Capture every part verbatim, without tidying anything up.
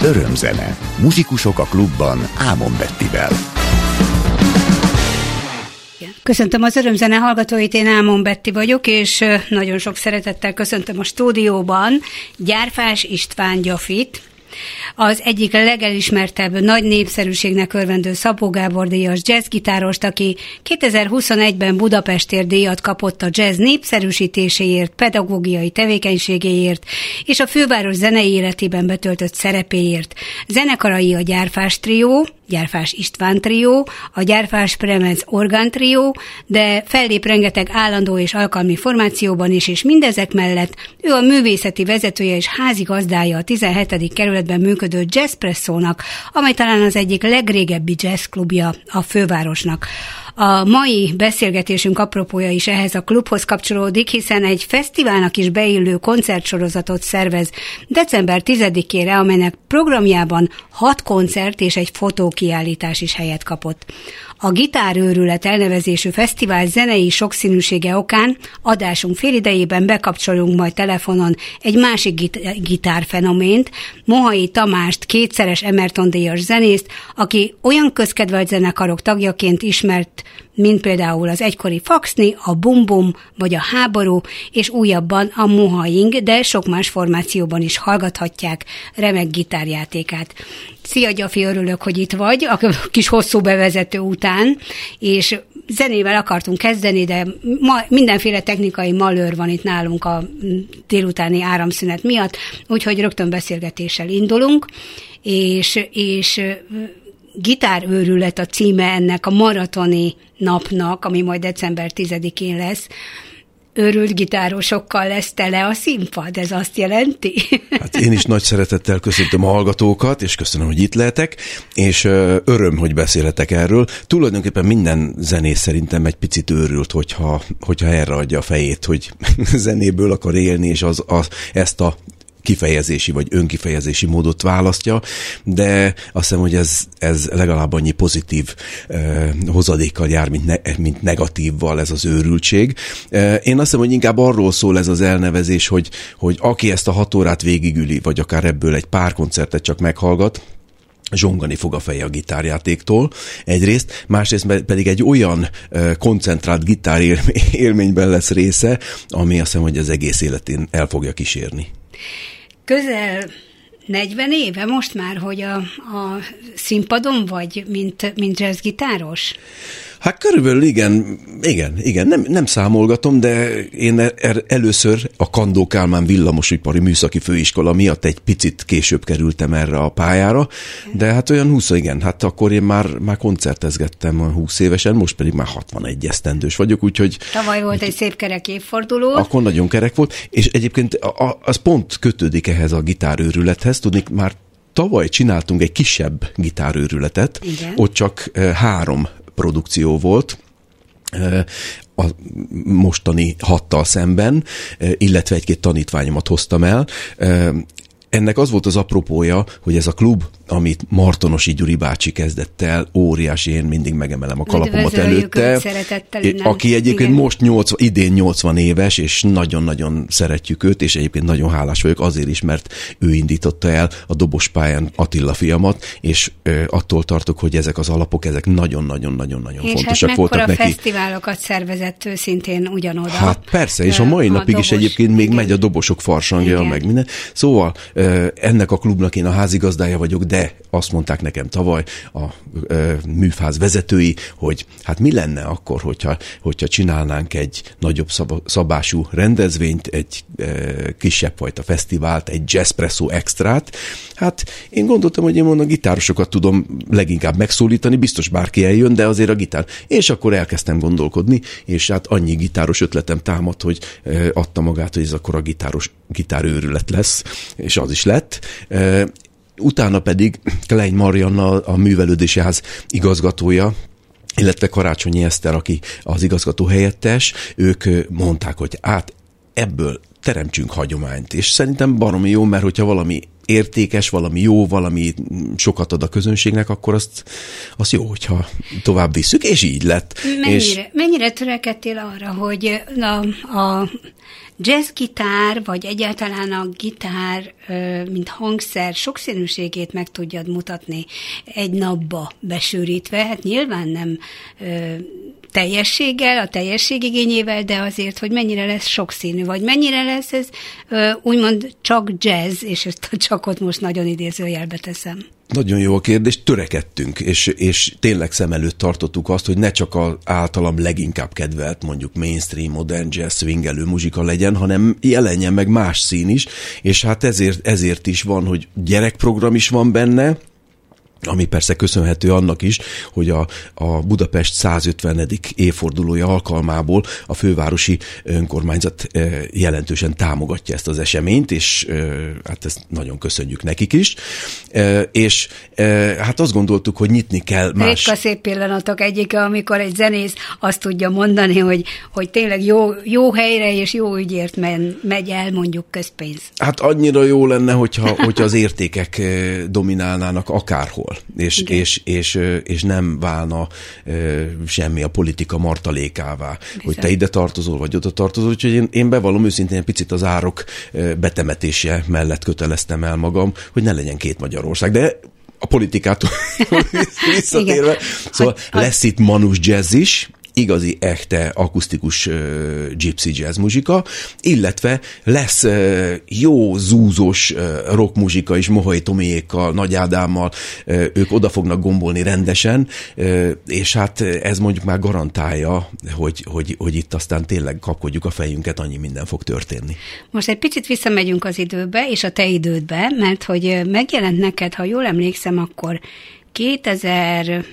Örömzene. Muzsikusok a klubban Ámon Bettivel. Köszöntöm az Örömzene hallgatóit, én Ámon Betti vagyok, és nagyon sok szeretettel köszöntöm a stúdióban Gyárfás István Gyafit, az egyik legelismertebb, nagy népszerűségnek örvendő Szabó Gábor díjas jazzgitárost, aki kétezer-huszonegyben Budapestért díjat kapott a jazz népszerűsítéséért, pedagógiai tevékenységéért és a főváros zenei életében betöltött szerepéért. Zenekarai a Gyárfás trió, Gyárfás István trió, a Gyárfás Premec orgán trió, de fellép rengeteg állandó és alkalmi formációban is, és mindezek mellett ő a művészeti vezetője és házigazdája a tizenhetedik kerületben működő Jazzpresszónak, amely talán az egyik legrégebbi jazzklubja a fővárosnak. A mai beszélgetésünk apropója is ehhez a klubhoz kapcsolódik, hiszen egy fesztiválnak is beillő koncertsorozatot szervez december tizedikére, amelynek programjában hat koncert és egy fotókiállítás is helyet kapott. A Gitárőrület elnevezésű fesztivál zenei sokszínűsége okán adásunk félidejében bekapcsolunk majd telefonon egy másik git- gitárfenomént, Mohai Tamást, kétszeres Emerton-díjas zenészt, aki olyan közkedvelt zenekarok tagjaként ismert, mint például az egykori Faxni, a Bum Bum vagy a Háború, és újabban a Mohaing, de sok más formációban is hallgathatják remek gitárjátékát. Szia Gyafi, örülök, hogy itt vagy, a kis hosszú bevezető után, és zenével akartunk kezdeni, de ma mindenféle technikai malőr van itt nálunk a délutáni áramszünet miatt, úgyhogy rögtön beszélgetéssel indulunk, és, és Gitárőrület a címe ennek a maratoni napnak, ami majd december tizedikén lesz. Őrült gitárosokkal lesz tele a színpad, ez azt jelenti? Hát én is nagy szeretettel köszöntöm a hallgatókat, és köszönöm, hogy itt lehetek, és öröm, hogy beszélhetek erről. Tulajdonképpen minden zenész szerintem egy picit őrült, hogyha, hogyha erre adja a fejét, hogy zenéből akar élni, és az, az, ezt a kifejezési vagy önkifejezési módot választja, de azt hiszem, hogy ez, ez legalább annyi pozitív eh, hozadékkal jár, mint, ne, mint negatívval ez az őrültség. Eh, én azt hiszem, hogy inkább arról szól ez az elnevezés, hogy, hogy aki ezt a hat órát végigüli, vagy akár ebből egy pár koncertet csak meghallgat, zsongani fog a feje a gitárjátéktól egyrészt, másrészt pedig egy olyan uh, koncentrált gitár élményben lesz része, ami azt hiszem, hogy az egész életén el fogja kísérni. Közel negyven éve most már, hogy a, a színpadon vagy, mint, mint jazzgitáros? Hát körülbelül igen, igen, igen, nem, nem számolgatom, de én er, először a Kandó Kálmán villamosipari műszaki főiskola miatt egy picit később kerültem erre a pályára, de hát olyan húsz, igen, hát akkor én már, már koncertezgettem húsz évesen, most pedig már hatvanegy esztendős vagyok, úgyhogy... Tavaly volt egy szép kerek évforduló. Akkor nagyon kerek volt, és egyébként az pont kötődik ehhez a gitárőrülethez, tudni, már tavaly csináltunk egy kisebb gitárőrületet, igen. Ott csak három produkció volt a mostani hattal szemben, illetve egy-két tanítványomat hoztam el. Ennek az volt az apropója, hogy ez a klub, amit Martonosi Gyuri bácsi kezdett el, óriási, én mindig megemelem a kalapomat előtte, aki egyébként igen. most nyolcvan, idén nyolcvan éves, és nagyon-nagyon szeretjük őt, és egyébként nagyon hálás vagyok azért is, mert ő indította el a dobospályán Attila fiamat, és ö, attól tartok, hogy ezek az alapok, ezek nagyon-nagyon-nagyon-nagyon fontosak hát voltak neki. És hát fesztiválokat szervezett ő szintén ugyanoda. Hát persze, és a mai a napig dobos, is egyébként még igen. megy a dobosok farsangja, igen. meg minden. Szóval ennek a klubnak én a házigazdája vagyok, de azt mondták nekem tavaly a e, műfáz vezetői, hogy hát mi lenne akkor, hogyha, hogyha csinálnánk egy nagyobb szab- szabású rendezvényt, egy e, kisebb fajta fesztivált, egy Jazzpresso extrát. Hát én gondoltam, hogy én a gitárosokat tudom leginkább megszólítani, biztos bárki eljön, de azért a gitár. És akkor elkezdtem gondolkodni, és hát annyi gitáros ötletem támadt, hogy e, adta magát, hogy ez akkor a gitáros, gitárőrület lesz, és az is lett. E, Utána pedig Klein Marianna, a művelődési ház igazgatója, illetve Karácsonyi Eszter, aki az igazgató helyettes, ők mondták, hogy át ebből teremtsünk hagyományt, és szerintem baromi jó, mert hogyha valami értékes, valami jó, valami sokat ad a közönségnek, akkor azt, azt jó, hogyha tovább visszük, és így lett. Mennyire, és... mennyire törekedtél arra, hogy a, a jazzgitár, vagy egyáltalán a gitár, mint hangszer sokszínűségét meg tudjad mutatni egy napba besűrítve? Hát nyilván nem teljességgel, a teljesség igényével, de azért, hogy mennyire lesz sokszínű, vagy mennyire lesz ez úgymond csak jazz, és ezt a csakot most nagyon idézőjelbe teszem. Nagyon jó a kérdés, törekedtünk, és, és tényleg szem előtt tartottuk azt, hogy ne csak az általam leginkább kedvelt, mondjuk mainstream, modern jazz, swingelő muzsika legyen, hanem jelenjen meg más szín is, és hát ezért, ezért is van, hogy gyerekprogram is van benne, ami persze köszönhető annak is, hogy a, a Budapest százötvenedik évfordulója alkalmából a fővárosi önkormányzat jelentősen támogatja ezt az eseményt, és hát ezt nagyon köszönjük nekik is. És hát azt gondoltuk, hogy nyitni kell más... Ritka szép pillanatok egyike, amikor egy zenész azt tudja mondani, hogy, hogy tényleg jó, jó helyre és jó ügyért men, megy el mondjuk közpénz. Hát annyira jó lenne, hogyha, hogyha az értékek dominálnának akárhol. És, és, és, és nem válna semmi a politika martalékává, bizony, hogy te ide tartozol, vagy oda tartozol. Úgyhogy én, én bevallom őszintén egy picit az árok betemetése mellett köteleztem el magam, hogy ne legyen két Magyarország. De a politikától visszatérve, szóval ha, lesz ha... itt manus jazz is, igazi, echte, akusztikus uh, gypsy jazz muzsika, illetve lesz uh, jó, zúzós uh, rock muzsika is, Mohai Tomiékkal, Nagy Ádámmal, uh, ők oda fognak gombolni rendesen, uh, és hát ez mondjuk már garantálja, hogy, hogy, hogy itt aztán tényleg kapkodjuk a fejünket, annyi minden fog történni. Most egy picit visszamegyünk az időbe, és a te idődbe, mert hogy megjelent neked, ha jól emlékszem, akkor kétezer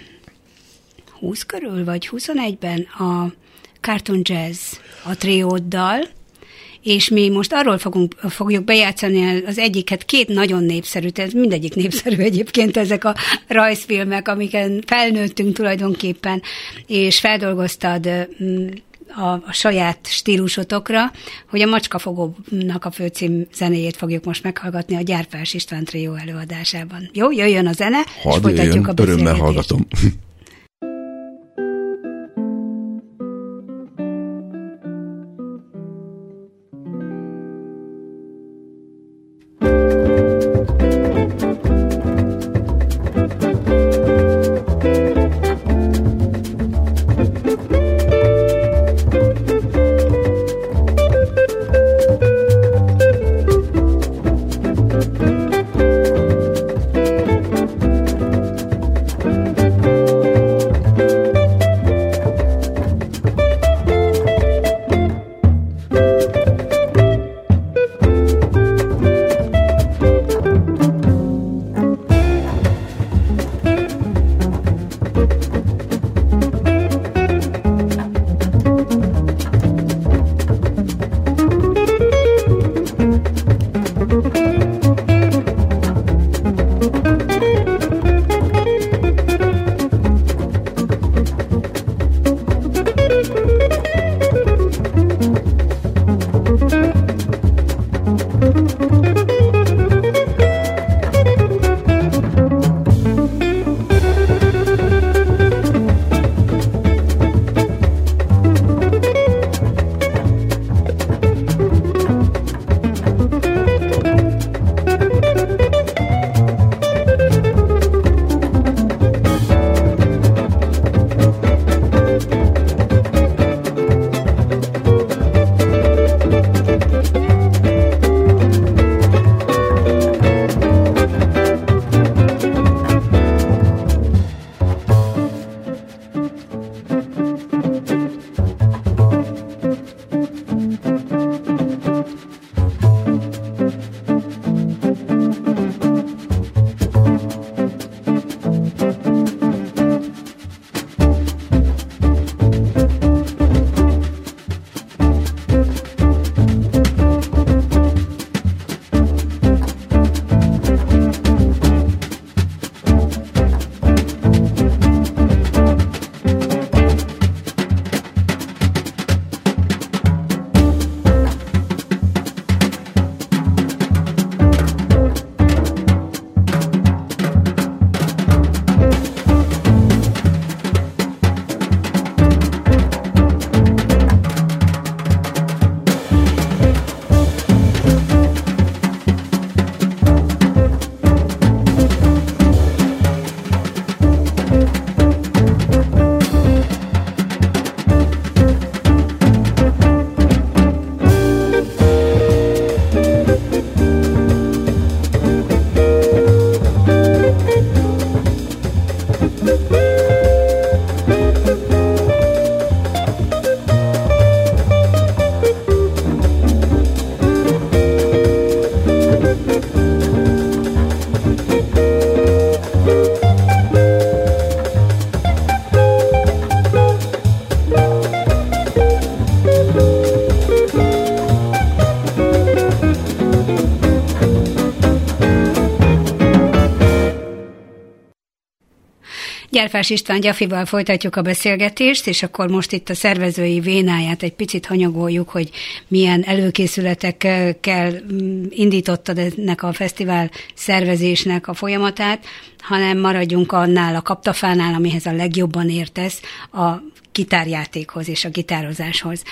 húsz körül, vagy huszonegyben a Cartoon Jazz a trióddal, és mi most arról fogunk, fogjuk bejátszani az egyiket, két nagyon népszerű, ez mindegyik népszerű egyébként, ezek a rajzfilmek, amiken felnőttünk tulajdonképpen, és feldolgoztad a, a saját stílusotokra, hogy a Macskafogónak a főcím zenéjét fogjuk most meghallgatni a Gyárfás István trió előadásában. Jó, jöjjön a zene, Hadd és folytatjuk jöjjön, a beszélgetést. örömmel hallgatom. Thank you. Gyárfás István Gyafival folytatjuk a beszélgetést, és akkor most itt a szervezői vénáját egy picit hanyagoljuk, hogy milyen előkészületekkel indítottad ennek a fesztivál szervezésnek a folyamatát, hanem maradjunk annál a kaptafánál, amihez a legjobban értesz, a gitárjátékhoz és a gitározáshoz.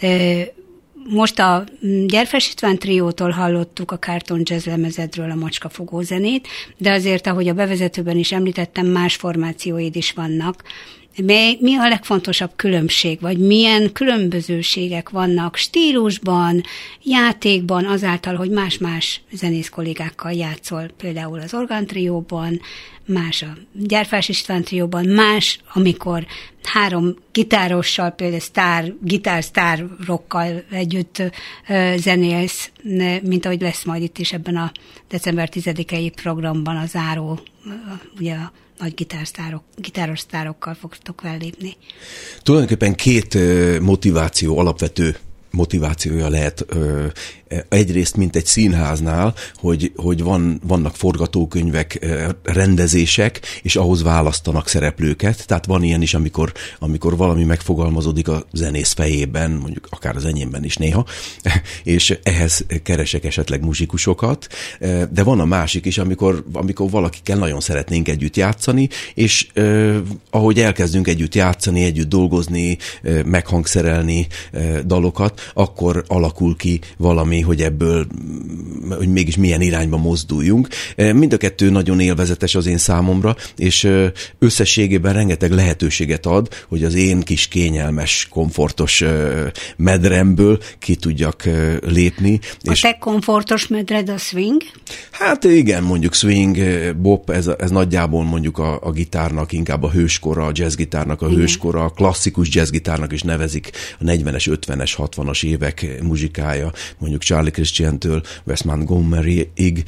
Most a Gyárfás István triótól hallottuk a Cartoon Jazz lemezedről a macskafogó zenét, de azért, ahogy a bevezetőben is említettem, más formációid is vannak. Mi a legfontosabb különbség, vagy milyen különbözőségek vannak stílusban, játékban, azáltal, hogy más-más zenész kollégákkal játszol, például az orgántrióban, más a Gyárfás István trióban, más, amikor három gitárossal, például sztár, gitársztárokkal együtt zenélsz, mint ahogy lesz majd itt is ebben a december tizedikei programban a záró, ugye a nagy gitársztárok, gitáros sztárokkal fogtok fellépni. Tulajdonképpen két motiváció, alapvető motivációja lehet ö, egyrészt, mint egy színháznál, hogy, hogy van, vannak forgatókönyvek, rendezések, és ahhoz választanak szereplőket. Tehát van ilyen is, amikor, amikor valami megfogalmazódik a zenész fejében, mondjuk akár az enyémben is néha, és ehhez keresek esetleg muzsikusokat. De van a másik is, amikor, amikor valakikkel nagyon szeretnénk együtt játszani, és eh, ahogy elkezdünk együtt játszani, együtt dolgozni, eh, meghangszerelni eh, dalokat, akkor alakul ki valami, hogy ebből, hogy mégis milyen irányba mozduljunk. Mind a kettő nagyon élvezetes az én számomra, és összességében rengeteg lehetőséget ad, hogy az én kis kényelmes, komfortos medremből ki tudjak lépni. A és te komfortos medred a swing? Hát igen, mondjuk swing, bop, ez, ez nagyjából mondjuk a, a gitárnak inkább a hőskora, a jazzgitárnak a igen. hőskora, a klasszikus jazzgitárnak is nevezik a negyvenes, ötvenes, hatvanas évek muzsikája, mondjuk Charlie Christian-től Wes Montgomery-ig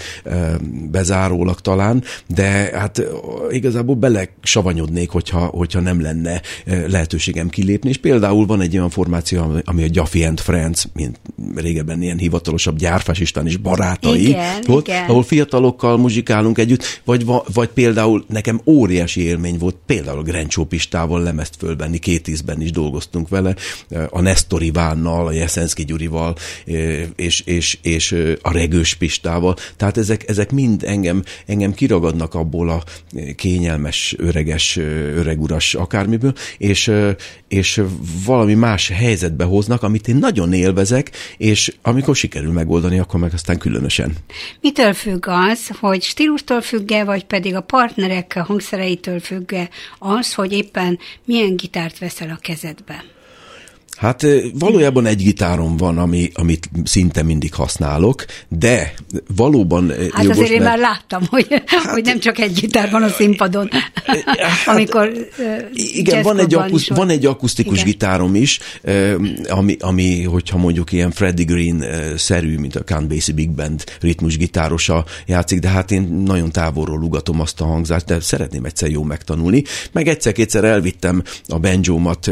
bezárólag talán, de hát igazából belesavanyodnék, hogyha, hogyha nem lenne lehetőségem kilépni, és például van egy olyan formáció, ami a Gyaphy and Friends, mint régebben ilyen hivatalosabb Gyárfás István is barátai, igen, volt, igen. ahol fiatalokkal muzsikálunk együtt, vagy, vagy például nekem óriási élmény volt, például Grencsó Pistával lemezt fölvenni, két ízben is dolgoztunk vele, a Nestor Ivánnal, a Jeszenszky Gyurival, és, és, és a Regős Pistával. Tehát ezek, ezek mind engem, engem kiragadnak abból a kényelmes, öreges, öreguras akármiből, és, és valami más helyzetbe hoznak, amit én nagyon élvezek, és amikor sikerül megoldani, akkor meg aztán különösen. Mitől függ az, hogy stílustól függ-e, vagy pedig a partnerek hangszereitől függ-e az, hogy éppen milyen gitárt veszel a kezedbe? Hát valójában egy gitárom van, ami, amit szinte mindig használok, de valóban... Hát azért most, én mert... már láttam, hogy, hát, hogy nem csak egy gitár van a színpadon, hát, amikor igen, van egy, akusz, van egy akusztikus igen. gitárom is, ami, ami, hogyha mondjuk ilyen Freddie Green-szerű, mint a Count Basie Big Band ritmus gitárosa játszik, de hát én nagyon távolról ugatom azt a hangzást, de szeretném egyszer jól megtanulni. Meg egyszer-kétszer elvittem a banjómat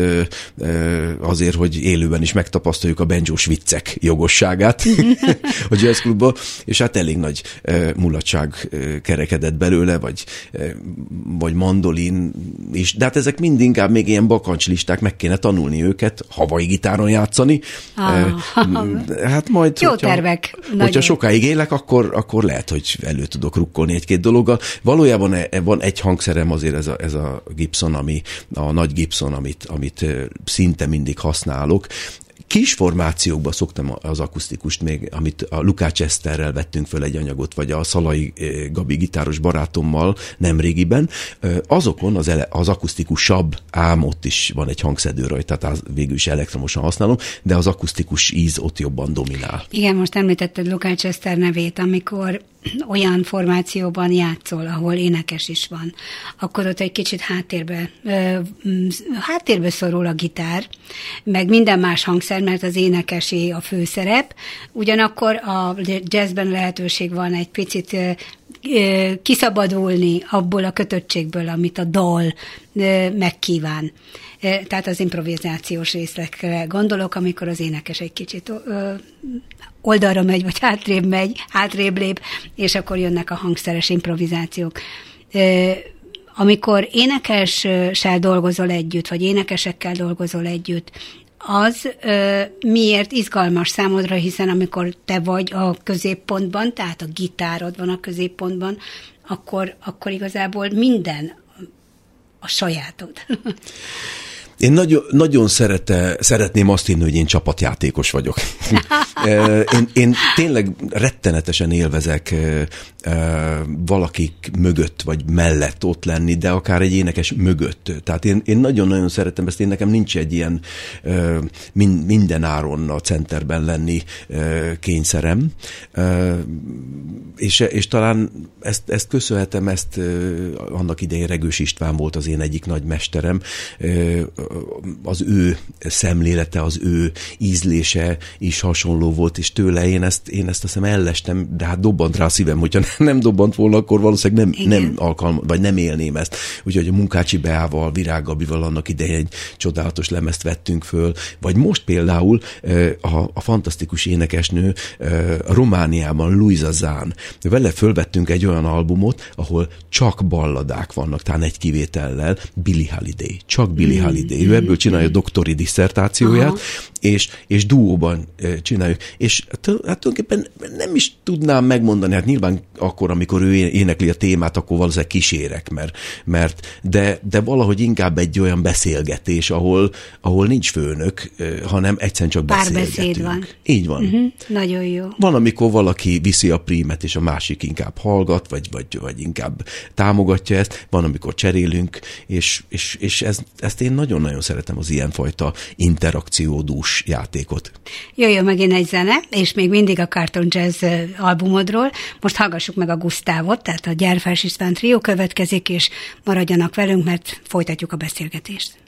azért, hogy élőben is megtapasztaljuk a banjós viccek jogosságát a jazzklubban, és hát elég nagy uh, mulatság uh, kerekedett belőle, vagy, uh, vagy mandolin is, de hát ezek mind inkább még ilyen bakancslisták, meg kéne tanulni őket, havai gitáron játszani. Ah, uh, hát majd, jó hogyha, tervek. Hogyha sokáig élek, akkor, akkor lehet, hogy elő tudok rukkolni egy-két dologgal. Valójában van egy hangszerem azért ez a, ez a Gibson, ami, a nagy Gibson, amit, amit szinte mindig használok. Kis formációkban szoktam az akusztikust még, amit a Lukács Eszterrel vettünk föl egy anyagot, vagy a Szalai Gabi gitáros barátommal nemrégiben. Azokon az, ele, az akusztikusabb, ám ott is van egy hangszedő rajta, tehát végül is elektromosan használom, de az akusztikus íz ott jobban dominál. Igen, most említetted Lukács Eszter nevét, amikor olyan formációban játszol, ahol énekes is van, akkor ott egy kicsit háttérbe, háttérbe szorul a gitár, meg minden más hangszer, mert az énekesé a főszerep. Ugyanakkor a jazzben lehetőség van egy picit kiszabadulni abból a kötöttségből, amit a dal megkíván. Tehát az improvizációs részekre gondolok, amikor az énekes egy kicsit oldalra megy, vagy hátrébb megy, hátrébb lép, és akkor jönnek a hangszeres improvizációk. Amikor énekessel dolgozol együtt, vagy énekesekkel dolgozol együtt, az ö, miért izgalmas számodra, hiszen amikor te vagy a középpontban, tehát a gitárod van a középpontban, akkor, akkor igazából minden a sajátod. Én nagyon, nagyon szerete, szeretném azt hinni, hogy én csapatjátékos vagyok. én, én tényleg rettenetesen élvezek valakik mögött, vagy mellett ott lenni, de akár egy énekes mögött. Tehát én, én nagyon-nagyon szeretem ezt, én nekem nincs egy ilyen minden áron a centerben lenni kényszerem, és, és talán ezt, ezt köszönhetem, ezt annak idején Regős István volt az én egyik nagy mesterem, az ő szemlélete, az ő ízlése is hasonló volt, és tőle én ezt, én ezt azt hiszem ellestem, de hát dobbant rá a szívem, hogyha nem dobbant volna, akkor valószínűleg nem, nem alkalma, vagy nem élném ezt. Úgyhogy a Munkácsi Beával, Virág Gabival annak idején egy csodálatos lemezt vettünk föl, vagy most például a, a fantasztikus énekesnő a Romániában, Luisa Zán. Vele fölvettünk egy olyan albumot, ahol csak balladák vannak, talán egy kivétellel, Billie Holiday, csak Billie mm. Holiday. Ő ebből csinálja a doktori disszertációját, aha. és, és duóban csináljuk. És hát tulajdonképpen nem is tudnám megmondani, hát nyilván akkor, amikor ő énekli a témát, akkor valószínűleg kísérek, mert, mert de, de valahogy inkább egy olyan beszélgetés, ahol, ahol nincs főnök, hanem egyszerűen csak beszélgetünk. Párbeszéd van. Így van. Uh-huh. Nagyon jó. Van, amikor valaki viszi a prímet, és a másik inkább hallgat, vagy, vagy, vagy inkább támogatja ezt. Van, amikor cserélünk, és, és, és ez, ezt én nagyon-nagyon szeretem, az ilyenfajta interakciódús játékot. Jöjjön megint egy zene, és még mindig a Cartoon Jazz albumodról. Most hallgassuk meg a Gusztávot, tehát a Gyárfás István trió következik, és maradjanak velünk, mert folytatjuk a beszélgetést.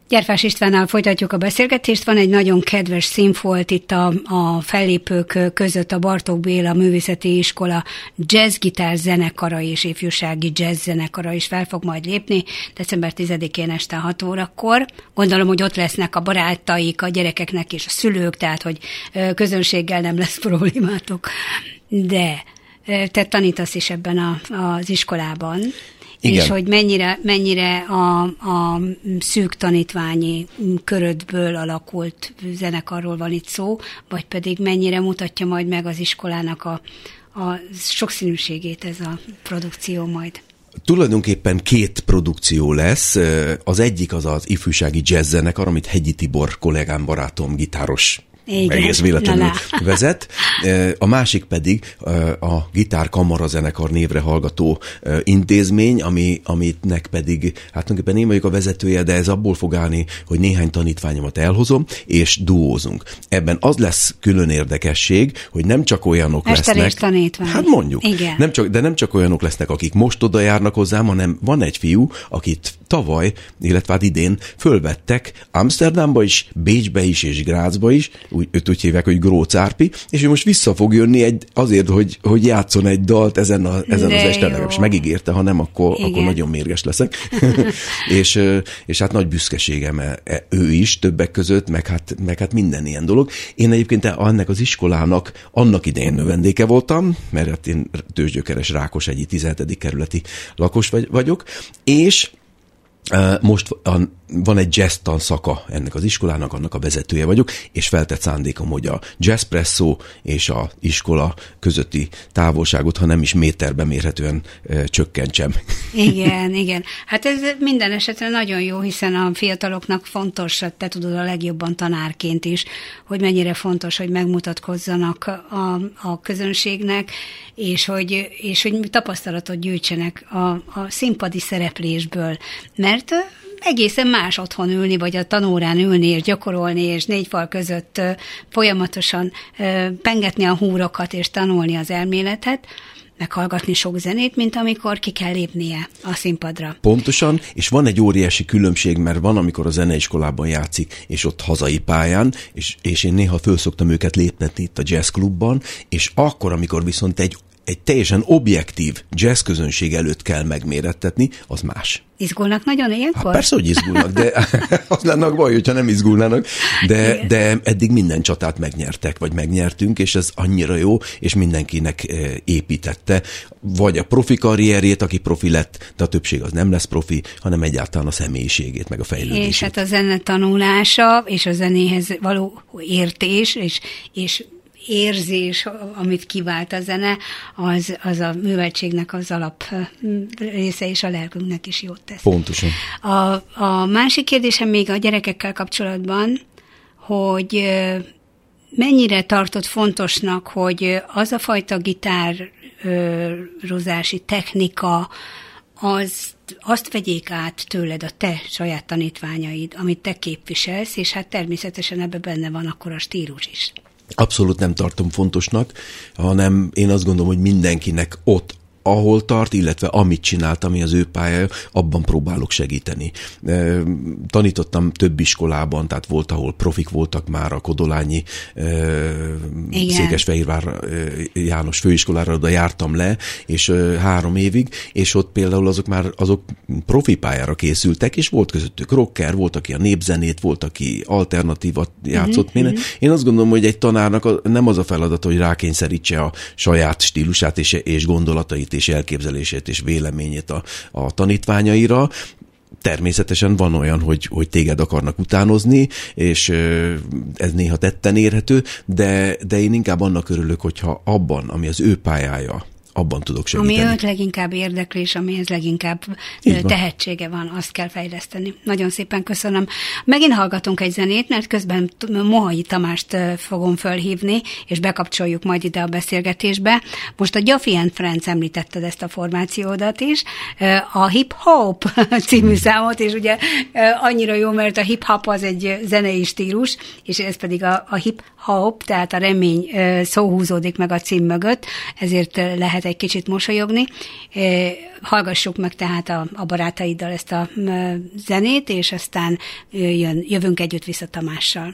Gyárfás Istvánnal folytatjuk a beszélgetést. Van egy nagyon kedves színfolt itt a, a fellépők között, a Bartók Béla Művészeti Iskola jazzgitár zenekara és ifjúsági jazz zenekara is fel fog majd lépni december tizedikén este hat órakor. Gondolom, hogy ott lesznek a barátaik, a gyerekeknek és a szülők, tehát hogy közönséggel nem lesz problémátok. De te tanítasz is ebben a, az iskolában. Igen. És hogy mennyire, mennyire a, a szűk tanítványi körödből alakult zenekarról van itt szó, vagy pedig mennyire mutatja majd meg az iskolának a, a sokszínűségét ez a produkció majd? Tulajdonképpen két produkció lesz. Az egyik az az ifjúsági jazz zenekar, amit Hegyi Tibor kollégám, barátom, gitáros, igen, egész véletlenül na, na. vezet. A másik pedig a Gitár Kamara zenekar névre hallgató intézmény, ami, aminek pedig, hát tulajdonképpen én vagyok a vezetője, de ez abból fog állni, hogy néhány tanítványomat elhozom, és duózunk. Ebben az lesz külön érdekesség, hogy nem csak olyanok Mester lesznek. És tanítvány. Hát mondjuk. Igen. Nem csak, de nem csak olyanok lesznek, akik most oda járnak hozzám, hanem van egy fiú, akit tavaly, illetve hát idén fölvettek Amsterdamba is, Bécsbe is és Grazba is, úgy, őt úgy hívják, hogy Grócz Árpi, és ő most vissza fog jönni egy, azért, hogy, hogy játszon egy dalt ezen, a, ezen az esten, és megígérte, ha nem, akkor, akkor nagyon mérges leszek. és, és hát nagy büszkeségem ő is többek között, meg hát, meg hát minden ilyen dolog. Én egyébként ennek az iskolának annak idején vendége voltam, mert hát én Tőzsgyökeres Rákoshegyi tizenhetedik kerületi lakos vagy, vagyok, és most van egy jazz tanszaka ennek az iskolának, annak a vezetője vagyok, és feltett szándékom, hogy a jazzpresszó és a iskola közötti távolságot, ha nem is méterben mérhetően e, csökkentsem. Igen, igen. Hát ez minden esetre nagyon jó, hiszen a fiataloknak fontos, te tudod a legjobban tanárként is, hogy mennyire fontos, hogy megmutatkozzanak a, a közönségnek, és hogy, és hogy tapasztalatot gyűjtsenek a, a színpadi szereplésből, mert egészen más otthon ülni, vagy a tanórán ülni, és gyakorolni, és négy fal között folyamatosan pengetni a húrokat, és tanulni az elméletet, meghallgatni sok zenét, mint amikor ki kell lépnie a színpadra. Pontosan, és van egy óriási különbség, mert van, amikor a zeneiskolában játszik, és ott hazai pályán, és, és én néha föl szoktam őket léptetni itt a jazzklubban, és akkor, amikor viszont egy egy teljesen objektív jazz közönség előtt kell megmérettetni, az más. Izgulnak nagyon ilyenkor? Hát persze, hogy izgulnak, de az lenne a baj, hogyha nem izgulnának, de, de eddig minden csatát megnyertek, vagy megnyertünk, és ez annyira jó, és mindenkinek építette, vagy a profi karrierjét, aki profi lett, de a többség az nem lesz profi, hanem egyáltalán a személyiségét, meg a fejlődését. És hát a zene tanulása, és a zenéhez való értés, és, és érzés, amit kivált a zene, az, az a műveltségnek az alap része, és a lelkünknek is jót tesz. Pontosan. A, a másik kérdésem még a gyerekekkel kapcsolatban, hogy mennyire tartott fontosnak, hogy az a fajta gitározási technika, az, azt vegyék át tőled a te saját tanítványaid, amit te képviselsz, és hát természetesen ebben benne van akkor a stílus is. Abszolút nem tartom fontosnak, hanem én azt gondolom, hogy mindenkinek ott, ahol tart, illetve amit csinált, ami az ő pályája, abban próbálok segíteni. Tanítottam több iskolában, tehát volt, ahol profik voltak már, a Kodolányi Igen. Székesfehérvár János főiskolára, oda jártam le, és három évig, és ott például azok már azok profi pályára készültek, és volt közöttük rocker, volt, aki a népzenét, volt, aki alternatívat játszott. Mm-hmm. Én azt gondolom, hogy egy tanárnak nem az a feladat, hogy rákényszerítse a saját stílusát és, és gondolatait, és elképzelését és véleményét a, a tanítványaira. Természetesen van olyan, hogy, hogy téged akarnak utánozni, és ez néha tetten érhető, de, de én inkább annak örülök, hogyha abban, ami az ő pályája, abban tudok segíteni. Ami őt leginkább érdekli, és amihez leginkább tehetsége van, azt kell fejleszteni. Nagyon szépen köszönöm. Megint hallgatunk egy zenét, mert közben Mohai Tamást fogom fölhívni, és bekapcsoljuk majd ide a beszélgetésbe. Most a Gyaffi and Friends, említetted ezt a formációdat is, a Hip Hop című számot, és ugye annyira jó, mert a hip hop az egy zenei stílus, és ez pedig a, a hip hop, tehát a remény szó húzódik meg a cím mögött, ezért lehet egy kicsit mosolyogni. Hallgassuk meg tehát a, a barátaiddal ezt a zenét, és aztán jön, jövünk együtt vissza Tamással.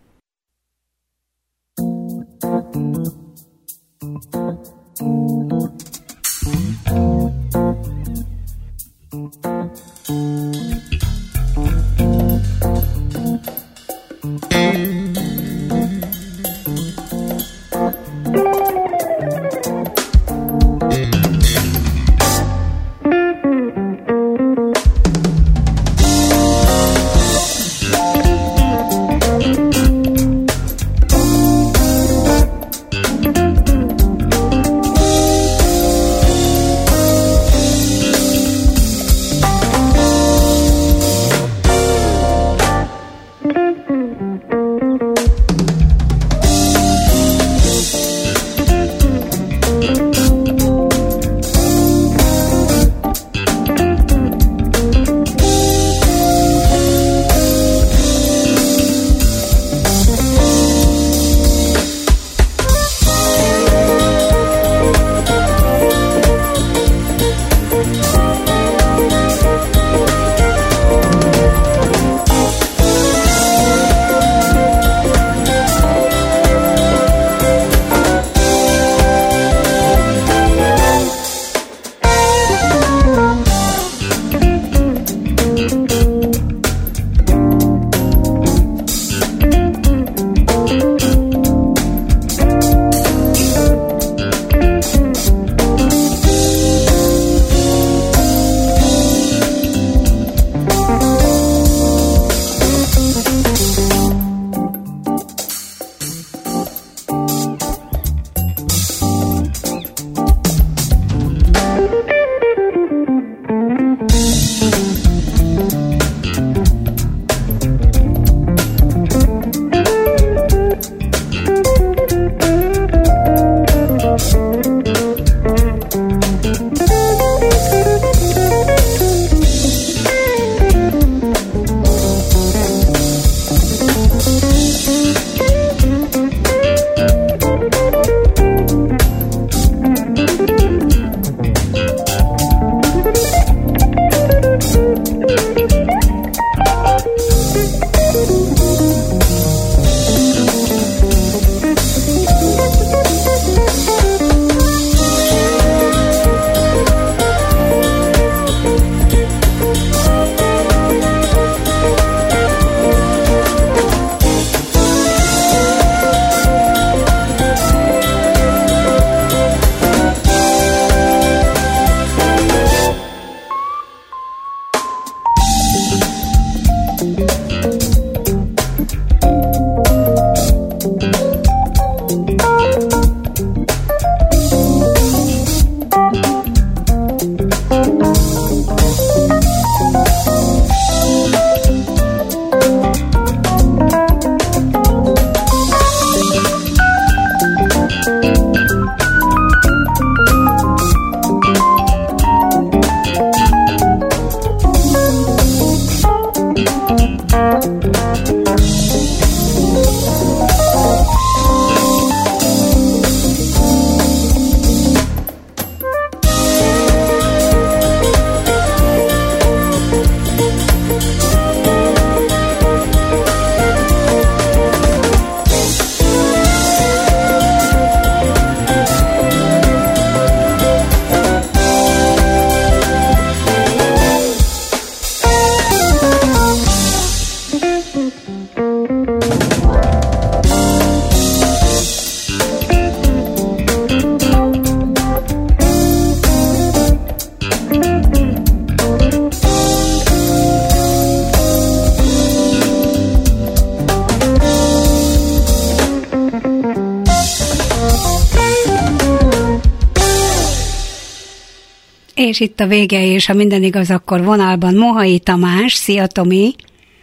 És itt a vége, és ha minden igaz, akkor vonalban Mohai Tamás. Szia, Tomi!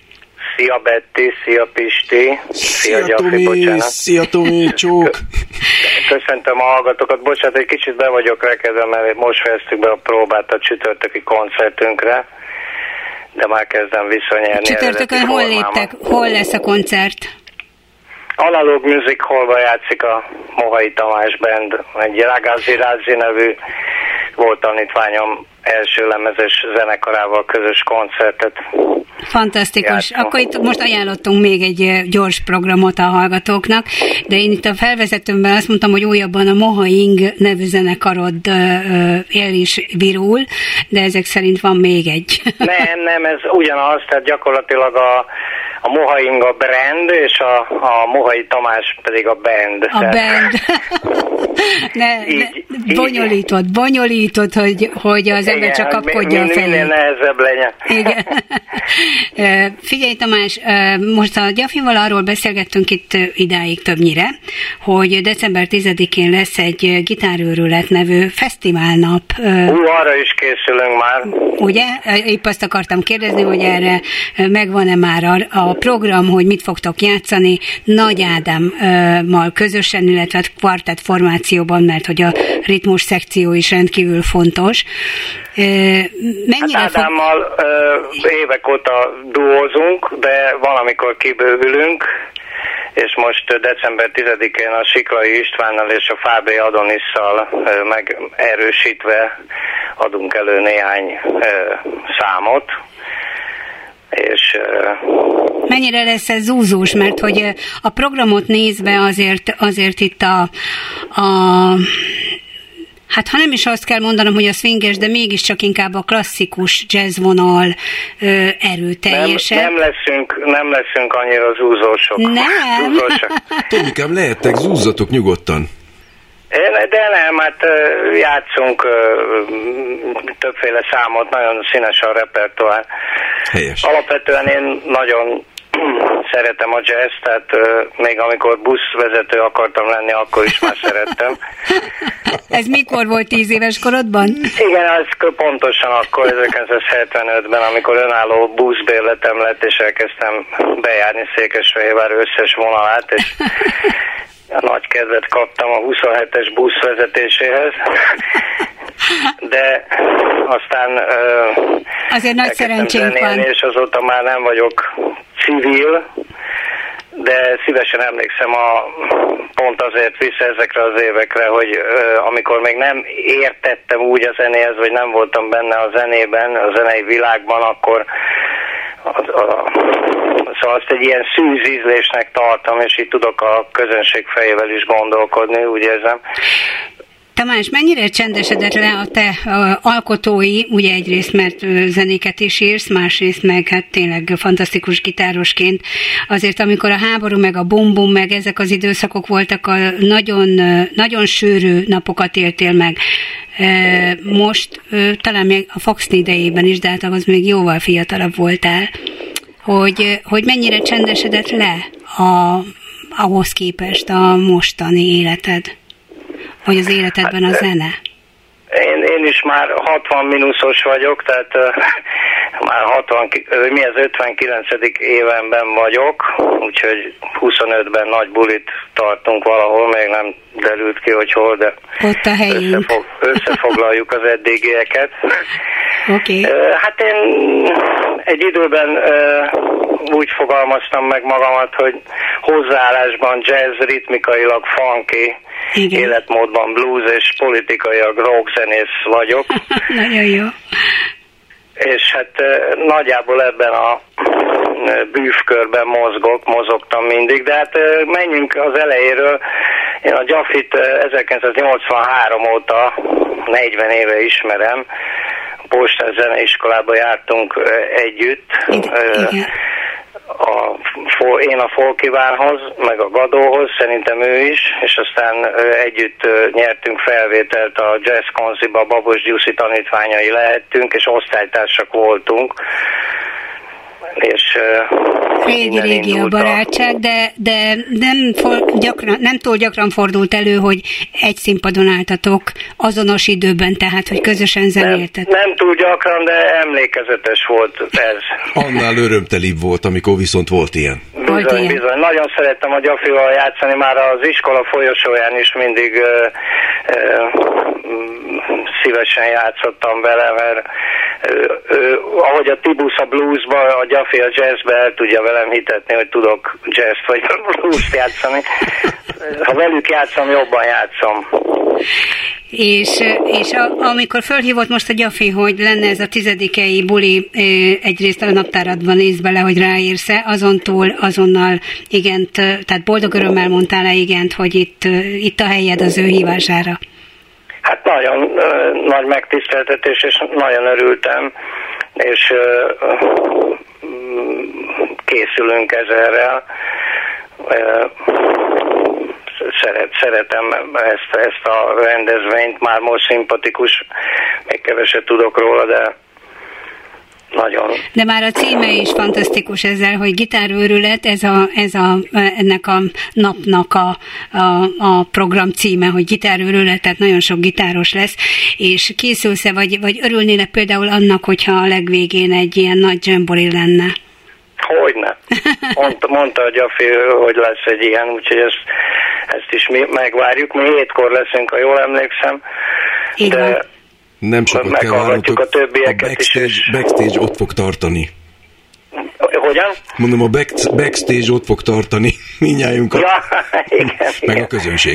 Szia, Betty! Szia, Pisti! Szia, Szia Tomi! Bocsánat. Szia, Tomi! Csók! Köszöntöm a hallgatókat. Bocsánat, egy kicsit be vagyok rekedve, mert most fejeztük be a próbát a csütörtöki koncertünkre, de már kezdem visszanyerni. Csütörtökön hol léptek? Hol lesz a koncert? Analóg Music Hallba játszik a Mohai Tamás Band, egy Ragazzi Razzi nevű volt tanítványom első lemezes zenekarával közös koncertet. Fantasztikus. Játszom. Akkor itt most ajánlottunk még egy gyors programot a hallgatóknak, de én itt a felvezetőmben azt mondtam, hogy újabban a Mohaing nevű zenekarod él is virul, de ezek szerint van még egy. Nem, nem, ez ugyanaz, tehát gyakorlatilag a a Mohaing a brand, és a, a Mohai Tamás pedig a band. A band. ne, így, ne, bonyolított, így. bonyolított, hogy, hogy az igen, ember csak kapkodja a fejét. Minél nehezebb legyen. Igen. Figyelj Tamás, most a Gyafival arról beszélgettünk itt idáig többnyire, hogy december tizedikén lesz egy Gitárőrület nevű fesztiválnap. Ú, arra is készülünk már. Ugye? Épp azt akartam kérdezni, hogy erre megvan-e már a, a program, hogy mit fogtok játszani Nagy Ádámmal közösen, illetve kvartett formációban, mert hogy a ritmus szekció is rendkívül fontos. Mennyire hát Ádámmal fog... évek óta duózunk, de valamikor kibővülünk, és most december tizedikén a Siklai Istvánnal és a Fábri Adonisszal megerősítve adunk elő néhány számot. És, mennyire lesz ez zúzós, mert hogy a programot nézve azért, azért itt a, a hát ha nem is azt kell mondanom, hogy a swinges, de mégiscsak inkább a klasszikus jazzvonal erőteljesebb. Nem, nem, leszünk, nem leszünk annyira zúzósok. Nem? Zúzósok. Tudnikám, lehettek, zúzzatok nyugodtan. De nem, hát játszunk többféle számot, nagyon színes a repertoár. Helyes. Alapvetően én nagyon szeretem a jazz, tehát még amikor buszvezető akartam lenni, akkor is már szerettem. Ez mikor volt, tíz éves korodban? Igen, ez pontosan akkor, ezerkilencszázhetvenötben, amikor önálló buszbérletem lett, és elkezdtem bejárni Székesfehérvár összes vonalát, és nagy kedvet kaptam a huszonhetes busz vezetéséhez, de aztán azért nagy szerencsénk van. És azóta már nem vagyok civil, de szívesen emlékszem a, pont azért vissza ezekre az évekre, hogy amikor még nem értettem úgy a zenéhez, vagy nem voltam benne a zenében, a zenei világban, akkor a, a, szóval azt egy ilyen szűz ízlésnek tartom, és így tudok a közönség fejével is gondolkodni, úgy érzem. Tamás, mennyire csendesedett le a te a, alkotói, ugye egyrészt, mert zenéket is írsz, másrészt meg hát tényleg fantasztikus gitárosként. Azért, amikor a háború, meg a bum-bum, meg ezek az időszakok voltak, a nagyon, nagyon sűrű napokat éltél meg. Most talán még a Foxn idejében is, de hát ahhoz még jóval fiatalabb voltál, hogy, hogy mennyire csendesedett le a, ahhoz képest a mostani életed? Vagy az életedben a zene? Én, én is már hatvan mínuszos vagyok, tehát uh, már hatvan, mi az ötvenkilencedik évenben vagyok, úgyhogy huszonötben nagy bulit tartunk valahol, még nem derült ki, hogy hol, de ott a helyünk. Összefog, összefoglaljuk az eddigieket. Oké. Okay. Uh, hát én egy időben uh, úgy fogalmaztam meg magamat, hogy hozzáállásban jazz, ritmikailag funky, igen, életmódban blues és politikailag rockzenész vagyok. Nagyon jó. És hát nagyjából ebben a bűvkörben mozgok, mozogtam mindig, de hát menjünk az elejéről. Én a Gyafit ezerkilencszáznyolcvanhárom óta negyven éve ismerem. Postás zeneiskolába jártunk együtt. Igen. A, én a Folkivánhoz, meg a Gadóhoz, szerintem ő is, és aztán együtt nyertünk felvételt a Jazz Konziba, Babos Gyuszi tanítványai lehettünk, és osztálytársak voltunk. És régi-régi a barátság, de, de nem, for, gyakran, nem túl gyakran fordult elő, hogy egy színpadon álltatok azonos időben, tehát, hogy közösen zenéltek. Nem, nem túl gyakran, de emlékezetes volt ez. Annál örömtelibb volt, amikor viszont volt ilyen. Bizony, volt ilyen. bizony. Nagyon szerettem a Gyafival játszani, már az iskola folyosóján is mindig ö, ö, szívesen játszottam vele, mert ő, ő, ahogy a Tibusz a bluesba, a Gyafi a jazzbe el tudja velem hitetni, hogy tudok jazzt vagy blues-t játszani. Ha velük játszom, jobban játszom. És, és a, amikor fölhívott most a Gyafi, hogy lenne ez a tizedikei buli, egyrészt a naptáradban nézd bele, hogy ráérsz-e, azon túl azonnal igent, tehát boldog örömmel mondtál-e igent, hogy itt, itt a helyed az ő hívására? Hát nagyon uh, nagy megtiszteltetés, és nagyon örültem, és uh, készülünk ezerrel. Uh, Szeret, szeretem ezt, ezt a rendezvényt, már most szimpatikus, még keveset tudok róla, de nagyon. De már a címe is fantasztikus ezzel, hogy gitárőrület, ez a, ez a, ennek a napnak a, a, a program címe, hogy gitárőrület, tehát nagyon sok gitáros lesz, és készülsz-e, vagy, vagy örülnél például annak, hogyha a legvégén egy ilyen nagy jamboree lenne? Hogyne. Mondta, mondta a Gyafi, hogy lesz egy ilyen, úgyhogy ezt, ezt is mi megvárjuk. Mi hétkor leszünk, ha jól emlékszem. Így de van. Nem sokat kell várnotok, a többieket a backstage, is. backstage ott fog tartani. Hogyan? Mondom, a back, backstage ott fog tartani mindnyájunkat, ja, igen, meg igen. a közönség.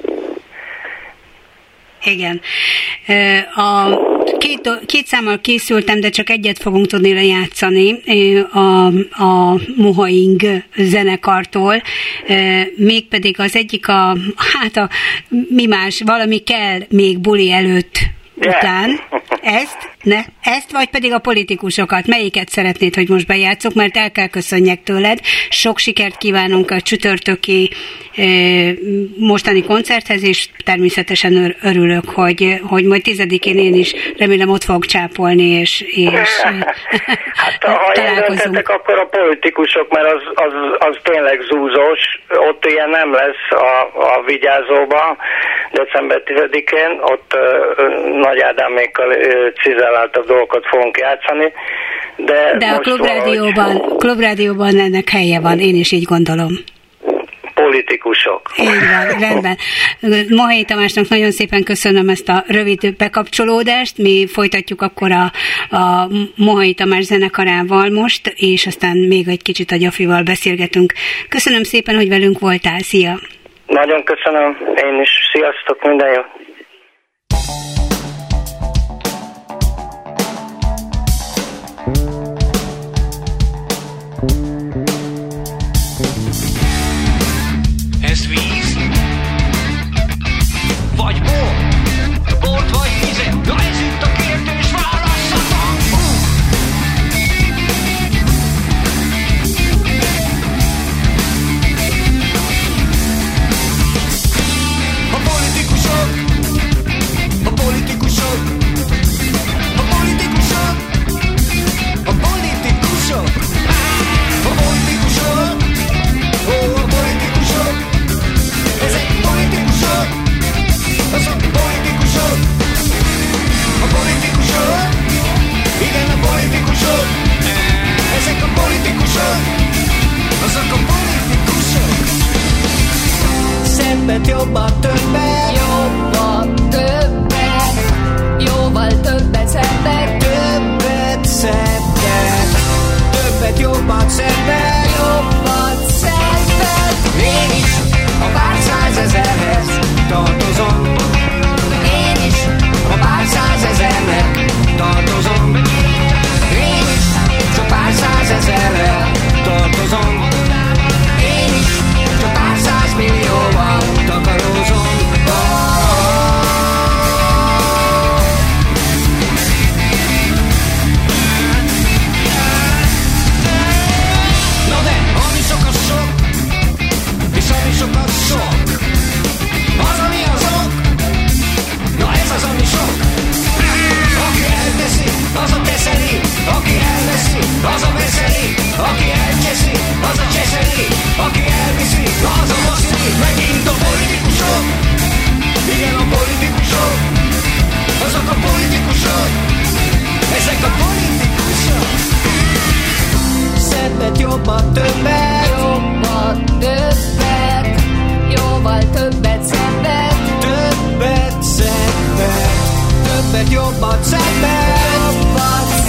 Igen. A két, két számmal készültem, de csak egyet fogunk tudni lejátszani a, a Mohaing zenekartól. Mégpedig az egyik a, hát a mi más, valami kell még buli előtt yeah. után. Ezt, ne, ezt vagy pedig a politikusokat? Melyiket szeretnéd, hogy most bejátszok, mert el kell köszönjek tőled. Sok sikert kívánunk a csütörtöki e, mostani koncerthez, és természetesen örülök, hogy, hogy majd tizedikén én is remélem ott fogok csápolni, és, és hát ha jelöltetek, akkor a politikusok, mert az, az, az tényleg zúzós, ott ilyen nem lesz a, a Vigyázóban december tizedikén, ott uh, Nagy Ádámékkal uh, cizelláltabb dolgokat fogunk játszani, de, de a klubrádióban, valahogy... klubrádióban ennek helye van, én is így gondolom. Politikusok. Így van, rendben. Mohelyi Tamásnak nagyon szépen köszönöm ezt a rövid bekapcsolódást, mi folytatjuk akkor a, a Mohelyi Tamás zenekarával most, és aztán még egy kicsit a Gyafival beszélgetünk. Köszönöm szépen, hogy velünk voltál, szia! Nagyon köszönöm, én is, sziasztok, minden jó! Ez víz? Vagy bor? Bort vagy vizet? Na ez itt a kérdés, válasszatok! A politikusok, a politikusok, a politikusok, a politikusok, a politikusok, ó, a politikusok. Ezek politikusok, azok politikusok, a politikusok, igen a politikusok, ezek a politikusok, azok a politikusok. Szebbet, jobban, többet, jobban, többet, jóval többet, szebbet, többet, szebbet, többet, jobban, szebbet, jobban, szebbet. Én is a pár százezerhez tartozom. Én is a pár százezernek tartozom. Én is csak pár százezerrel tartozom. Én is csak pár százmillióval takarózom. Na de, ami sok a sok, és ami sok az sok. Az, ami azok, na ez az, ami sok. Aki elteszi, az a teszeli. Aki elveszi, az a veszeli. Aki elcseszi, az a cseseli. Aki elviszi, az a moszli. Megint a politikusok. Igen, a politikusok. Azok a politikusok. Ezek a politikusok. Szebbet, jobban, többet, jobban, többet, jóval többet, szebbet, többet, szebbet, többet, jobban, szebbet, jobban,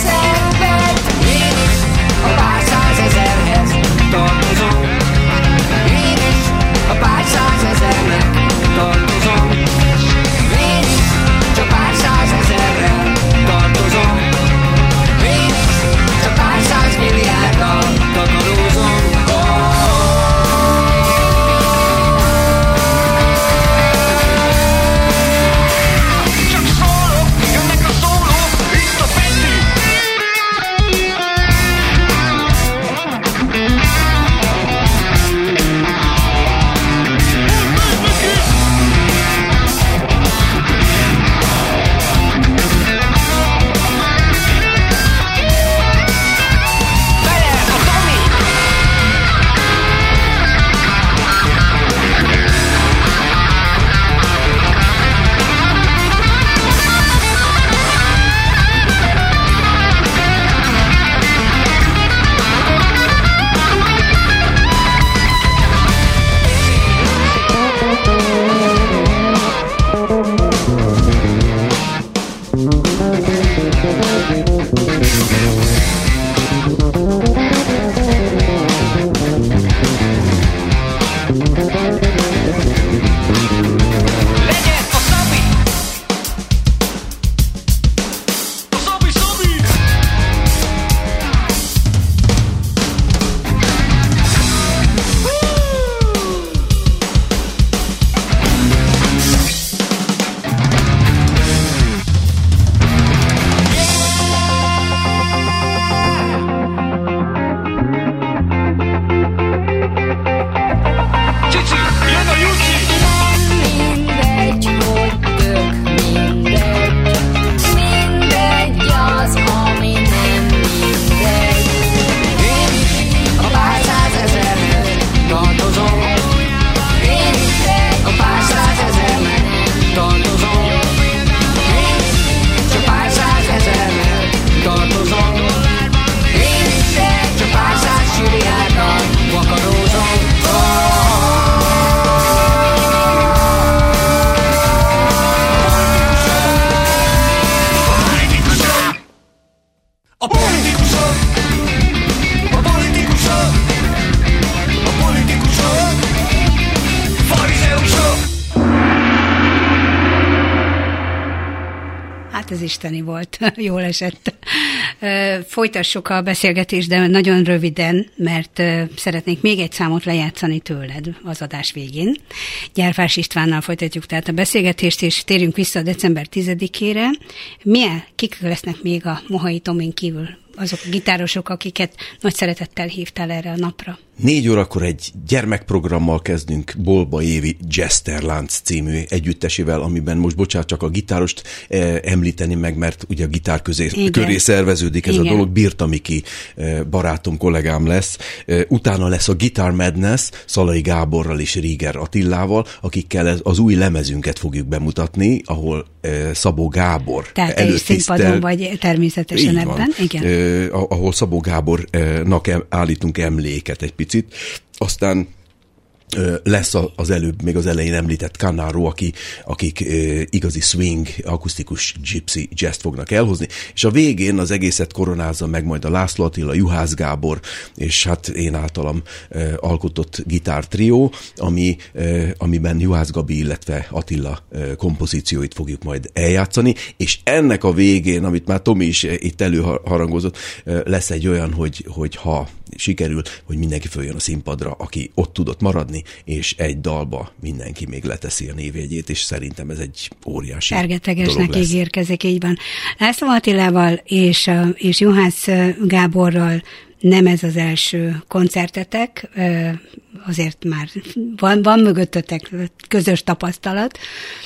Hát ez isteni volt, jól esett. Folytassuk a beszélgetést, de nagyon röviden, mert szeretnék még egy számot lejátszani tőled az adás végén. Gyárfás Istvánnal folytatjuk tehát a beszélgetést, és térjünk vissza december tizedikére. Milyen, kik lesznek még a Mohai Tomin kívül azok a gitárosok, akiket nagy szeretettel hívtál erre a napra? Négy órakor egy gyermekprogrammal kezdünk Bolba Évi Jazzterlánc című együttesével, amiben most bocsánat, csak a gitárost eh, említeni meg, mert ugye a gitár közé, köré szerveződik ez Igen. a dolog. Birta Miki eh, barátom, kollégám lesz. Eh, utána lesz a Guitar Madness Szalai Gáborral és Rieger Attillával, akikkel az új lemezünket fogjuk bemutatni, ahol eh, Szabó Gábor Tehát előtt színpadon vagy természetesen ebben. Igen. Eh, ahol Szabó Gábornak állítunk emléket egy picit. Aztán lesz az előbb, még az elején említett Canaro, aki, akik igazi swing, akusztikus gypsy jazz fognak elhozni, és a végén az egészet koronázza meg majd a László Attila, Juhász Gábor, és hát én általam alkotott gitártrió, ami, amiben Juhász Gabi, illetve Attila kompozícióit fogjuk majd eljátszani, és ennek a végén, amit már Tomi is itt előharangozott, lesz egy olyan, hogy, hogy ha sikerül, hogy mindenki följön a színpadra, aki ott tudott maradni, és egy dalba mindenki még leteszi a névjegyét, és szerintem ez egy óriási Fergetegesnek ígérkezik, így van. László Attilával és, és Juhász Gáborral nem ez az első koncertetek, azért már van, van mögöttetek közös tapasztalat.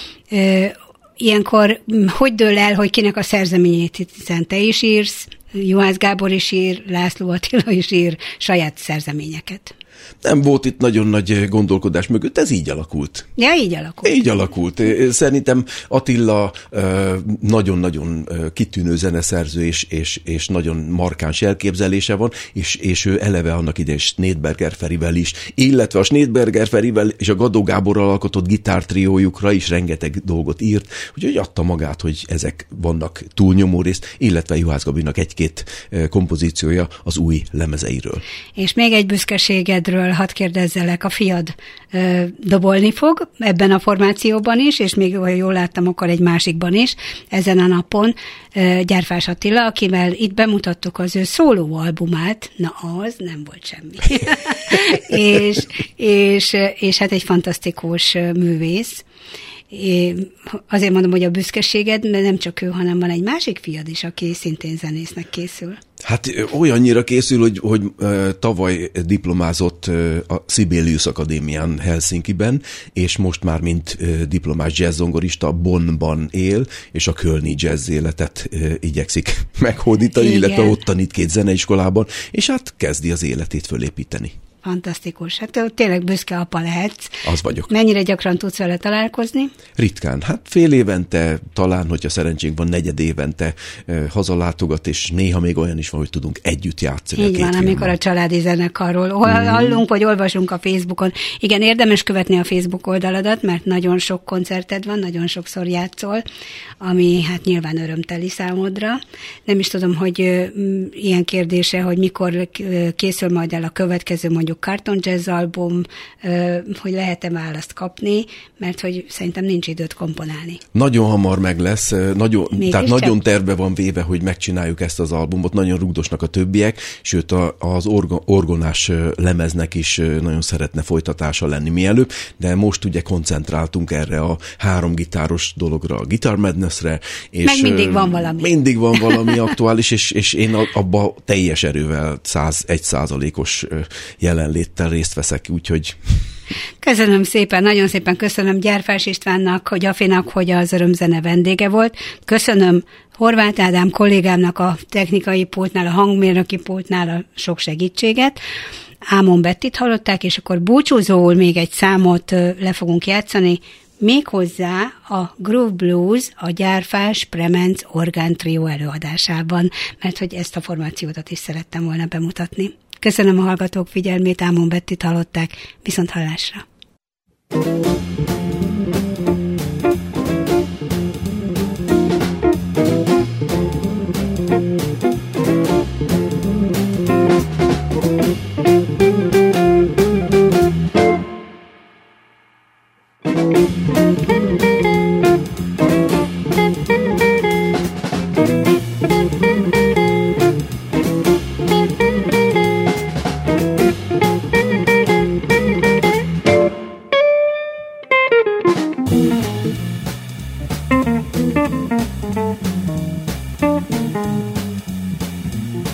Ilyenkor hogy dől el, hogy kinek a szerzeményét, hiszen te is írsz, Juhász Gábor is ír, László Attila is ír saját szerzeményeket? Nem volt itt nagyon nagy gondolkodás mögött, ez így alakult. Ja, így alakult. Így alakult. Szerintem Attila nagyon-nagyon kitűnő zeneszerző, és, és, és nagyon markáns elképzelése van, és, és ő eleve annak idején Snédberger Ferivel is, illetve a Snédberger Ferivel és a Gadó Gáborral alkotott gitártriójukra is rengeteg dolgot írt, úgyhogy adta magát, hogy ezek vannak túlnyomó részt, illetve Juhász Gabinak egy-két kompozíciója az új lemezeiről. És még egy büszkeségedről hadd kérdezzelek, a fiad ö, dobolni fog ebben a formációban is, és még olyan jól láttam, akkor egy másikban is, ezen a napon ö, Gyárfás Attila, akivel itt bemutattuk az ő szólóalbumát, na az nem volt semmi. és, és, és hát egy fantasztikus művész. Én azért mondom, hogy a büszkeséged, mert nem csak ő, hanem van egy másik fiad is, aki szintén zenésznek készül. Hát olyannyira készül, hogy, hogy uh, tavaly diplomázott uh, a Sibelius Akadémián Helsinkiben, és most már mint uh, diplomás jazzzongorista Bonnban él, és a kölni jazz életet uh, igyekszik meghódítani, Igen. illetve ott tanít két zeneiskolában, és hát kezdi az életét fölépíteni. Fantasztikus. Hát tényleg büszke apa lehetsz. Az vagyok. Mennyire gyakran tudsz vele találkozni? Ritkán. Hát fél évente, talán, hogyha szerencsénk van, negyed évente eh, hazalátogat, és néha még olyan is van, hogy tudunk együtt játszani. Így van, amikor a családi zenekarról mm. hallunk, vagy olvasunk a Facebookon. Igen, érdemes követni a Facebook oldaladat, mert nagyon sok koncerted van, nagyon sokszor játszol, ami hát nyilván örömteli számodra. Nem is tudom, hogy ö, ilyen kérdése, hogy mikor készül majd el a következő, mondjuk Carton Jazz album, hogy lehet-e választ kapni, mert hogy szerintem nincs időt komponálni. Nagyon hamar meg lesz, nagyon, tehát nagyon terve van véve, hogy megcsináljuk ezt az albumot, nagyon rugdosnak a többiek, sőt az orgo, orgonás lemeznek is nagyon szeretne folytatása lenni mielőbb, de most ugye koncentráltunk erre a három gitáros dologra, a Guitar Madnessre. És meg mindig van valami. Mindig van valami aktuális, és, és én abba teljes erővel százegy százalékos jelenléttel részt veszek, úgyhogy... Köszönöm szépen, nagyon szépen köszönöm Gyárfás Istvánnak, hogy Afinak, hogy az Örömzene vendége volt. Köszönöm Horváth Ádám kollégámnak a technikai pultnál, a hangmérnöki pultnál a sok segítséget. Ámon Bettit hallották, és akkor búcsúzóul még egy számot le fogunk játszani, méghozzá a Groove Blues a Gyárfás Premenc Orgán Trio előadásában, mert hogy ezt a formációt is szerettem volna bemutatni. Köszönöm a hallgatók figyelmét, Ámon Bettit hallották, viszont hallásra.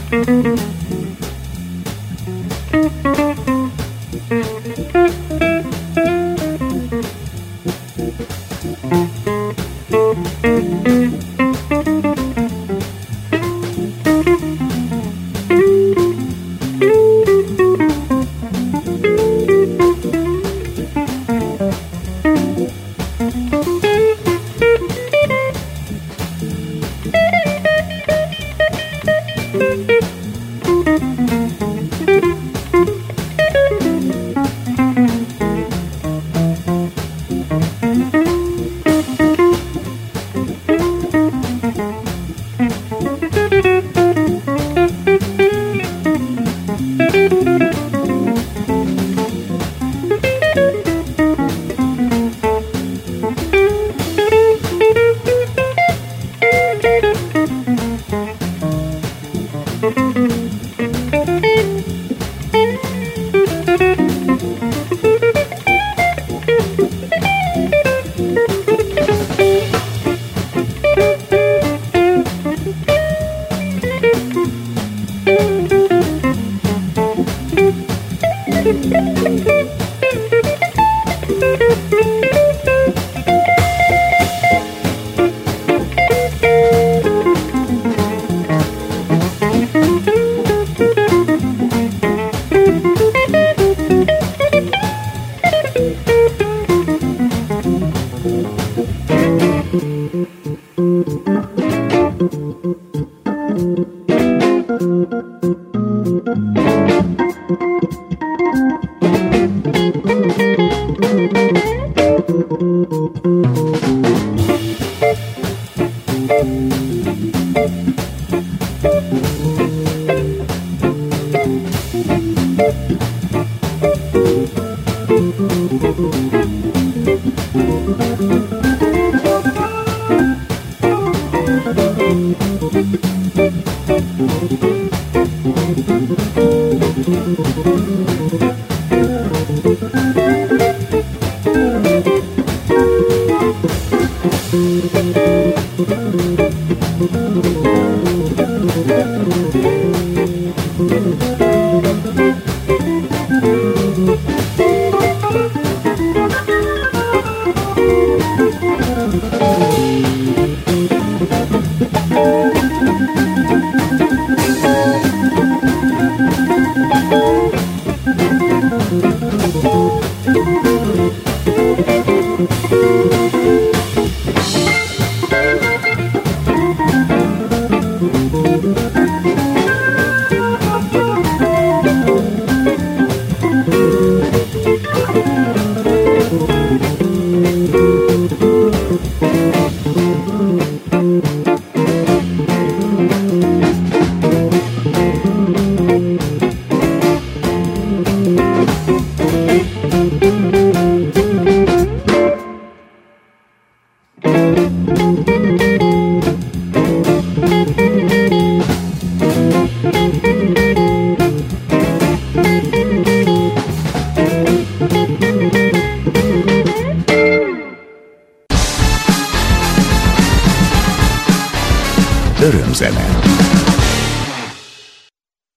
Örömzene.